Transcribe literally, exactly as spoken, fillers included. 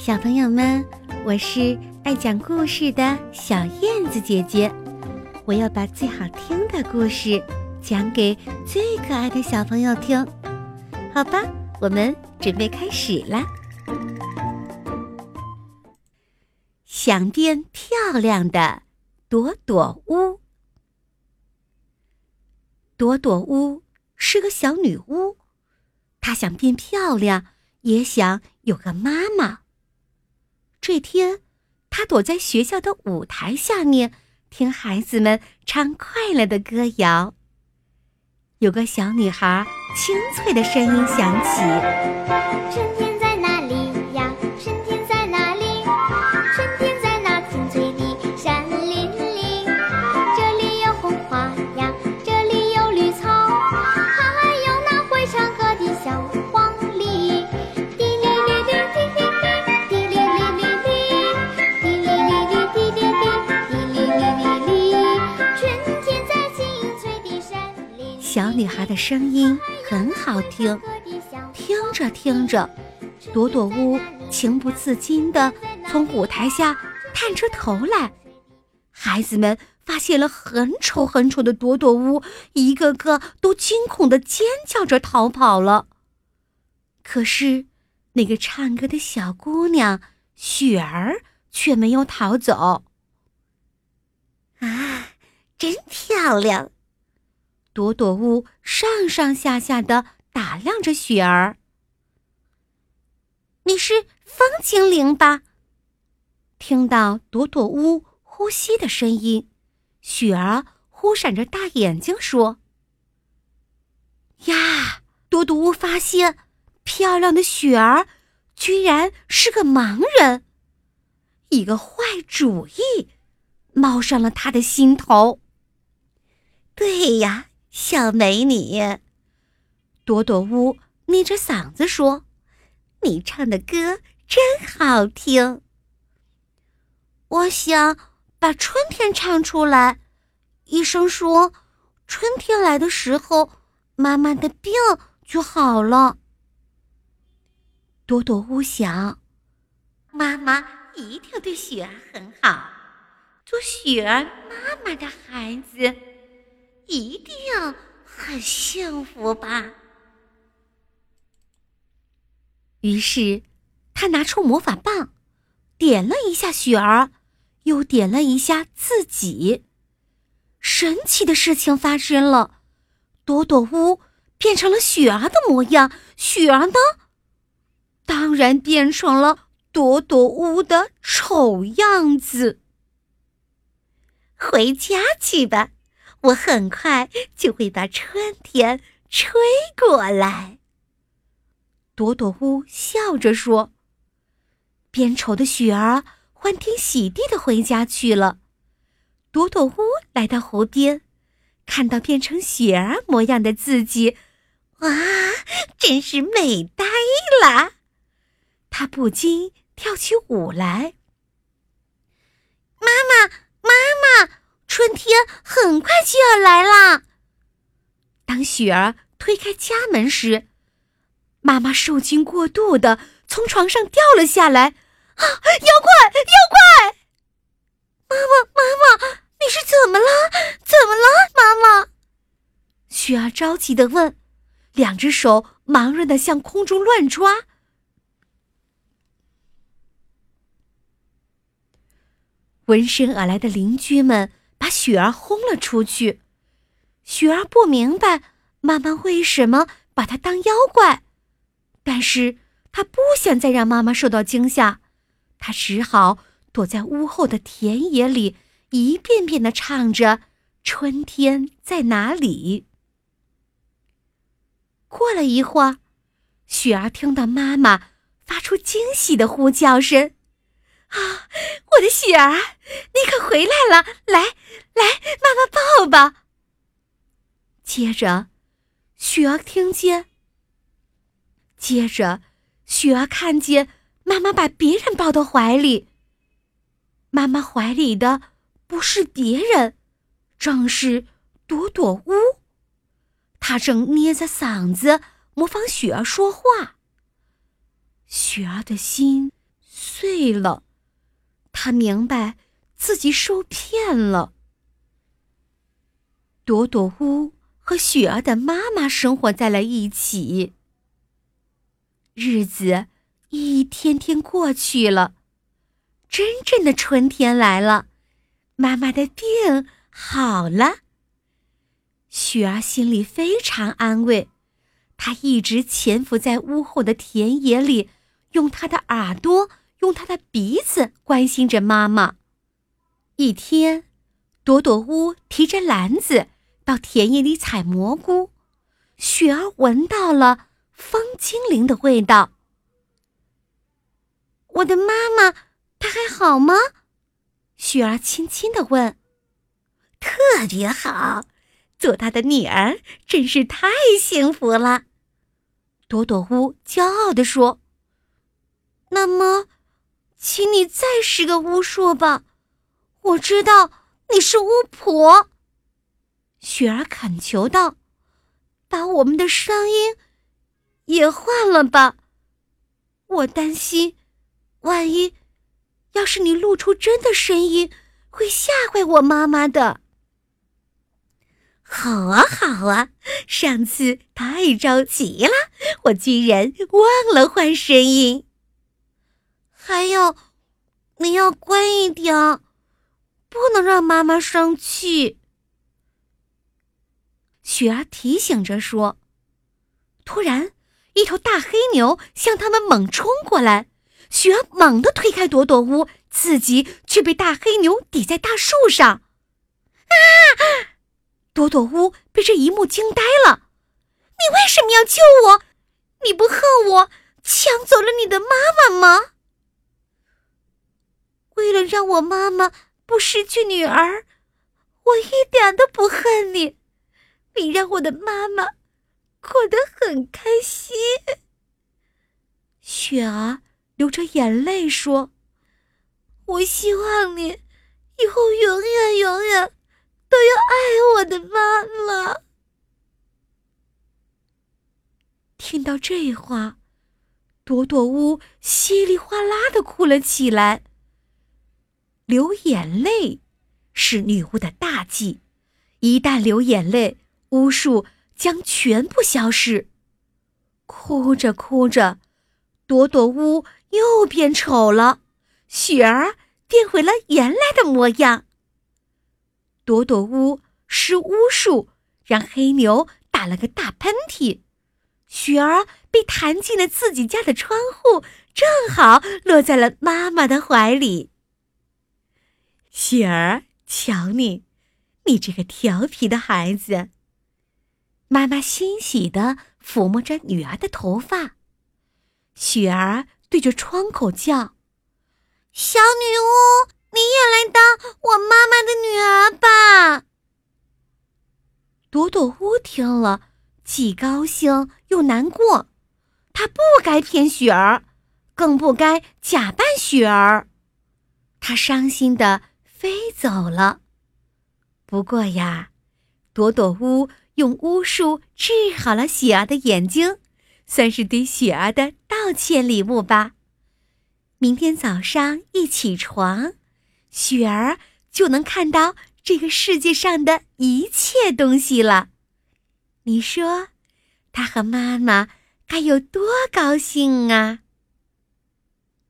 小朋友们，我是爱讲故事的小燕子姐姐，我要把最好听的故事讲给最可爱的小朋友听。好吧，我们准备开始啦。想变漂亮的朵朵乌。朵朵乌是个小女巫，她想变漂亮，也想有个妈妈。这天，她躲在学校的舞台下面，听孩子们唱快乐的歌谣。有个小女孩清脆的声音响起： 春天在哪里呀？春天在哪里？春天在那青翠的山林里，这里有红花呀，这里有绿草，还有那会唱歌的小黄鹂。滴哩哩哩滴哩哩，滴哩哩哩哩，滴哩哩哩滴哩哩，滴哩哩哩哩。春天在青翠的山林里。 小女孩的声音很好听，听着听着，朵朵乌情不自禁地从舞台下探出头来。孩子们发现了很丑很丑的朵朵乌，一个个都惊恐地尖叫着逃跑了。可是那个唱歌的小姑娘雪儿却没有逃走。啊，真漂亮！朵朵乌上上下下地打量着雪儿。你是风精灵吧？听到朵朵乌呼吸的声音，雪儿忽闪着大眼睛说：呀，朵朵乌发现漂亮的雪儿居然是个盲人，一个坏主意冒上了他的心头。对呀，小美女，朵朵乌捏着嗓子说，你唱的歌真好听。我想把春天唱出来。医生说，春天来的时候，妈妈的病就好了。朵朵乌想，妈妈一定对雪儿很好，做雪儿妈妈的孩子一定很幸福吧。于是他拿出魔法棒，点了一下雪儿，又点了一下自己。神奇的事情发生了，朵朵乌变成了雪儿的模样，雪儿呢，当然变成了朵朵乌的丑样子。回家去吧，我很快就会把春天吹过来。朵朵乌笑着说。变丑的雪儿欢天喜地地回家去了。朵朵乌来到湖边，看到变成雪儿模样的自己，哇，真是美呆了！她不禁跳起舞来。妈妈，妈妈，春天很快就要来啦！当雪儿推开家门时，妈妈受惊过度的从床上掉了下来。啊！妖怪！妖怪！妈妈，妈妈，你是怎么了？怎么了，妈妈？雪儿着急地问，两只手忙乱地向空中乱抓。闻声而来的邻居们把雪儿轰了出去。雪儿不明白妈妈为什么把她当妖怪，但是她不想再让妈妈受到惊吓。他只好躲在屋后的田野里，一遍遍地唱着春天在哪里。过了一会儿，雪儿听到妈妈发出惊喜的呼叫声。啊，我的雪儿，你可回来了，来来，妈妈抱抱。接着雪儿听见接着雪儿看见妈妈把别人抱到怀里。妈妈怀里的不是别人，正是朵朵乌。她正捏着嗓子模仿雪儿说话。雪儿的心碎了。他明白自己受骗了。朵朵乌和雪儿的妈妈生活在了一起。日子一天天过去了，真正的春天来了，妈妈的病好了。雪儿心里非常安慰，她一直潜伏在屋后的田野里，用她的耳朵，用她的鼻子关心着妈妈。一天，朵朵乌提着篮子到田野里采蘑菇，雪儿闻到了风精灵的味道。我的妈妈，她还好吗？雪儿轻轻地问。特别好，做她的女儿真是太幸福了。朵朵乌骄傲地说。那么，请你再施个巫术吧，我知道你是巫婆。雪儿恳求道，把我们的声音也换了吧，我担心万一要是你露出真的声音，会吓坏我妈妈的。好啊好啊，上次太着急了，我居然忘了换声音。还有，你要乖一点，不能让妈妈生气。雪儿提醒着说。突然，一头大黑牛向他们猛冲过来，雪儿猛地推开朵朵乌，自己却被大黑牛抵在大树上。啊！朵朵乌被这一幕惊呆了。你为什么要救我？你不恨我抢走了你的妈妈吗？为了让我妈妈不失去女儿，我一点都不恨你。你让我的妈妈过得很开心。雪儿流着眼泪说，我希望你以后永远永远都要爱我的妈妈。听到这话，朵朵乌稀里哗啦地哭了起来。流眼泪是女巫的大忌，一旦流眼泪，巫术将全部消失。哭着哭着，朵朵乌又变丑了，雪儿变回了原来的模样。朵朵乌施巫术，让黑牛打了个大喷嚏，雪儿被弹进了自己家的窗户，正好落在了妈妈的怀里。雪儿，瞧你，你这个调皮的孩子。妈妈欣喜地抚摸着女儿的头发。雪儿对着窗口叫，小女巫，你也来当我妈妈的女儿吧。朵朵乌听了，既高兴又难过，她不该骗雪儿，更不该假扮雪儿。她伤心地飞走了。不过呀，朵朵乌用巫术治好了雪儿的眼睛，算是对雪儿的道歉礼物吧。明天早上一起床，雪儿就能看到这个世界上的一切东西了。你说，她和妈妈该有多高兴啊！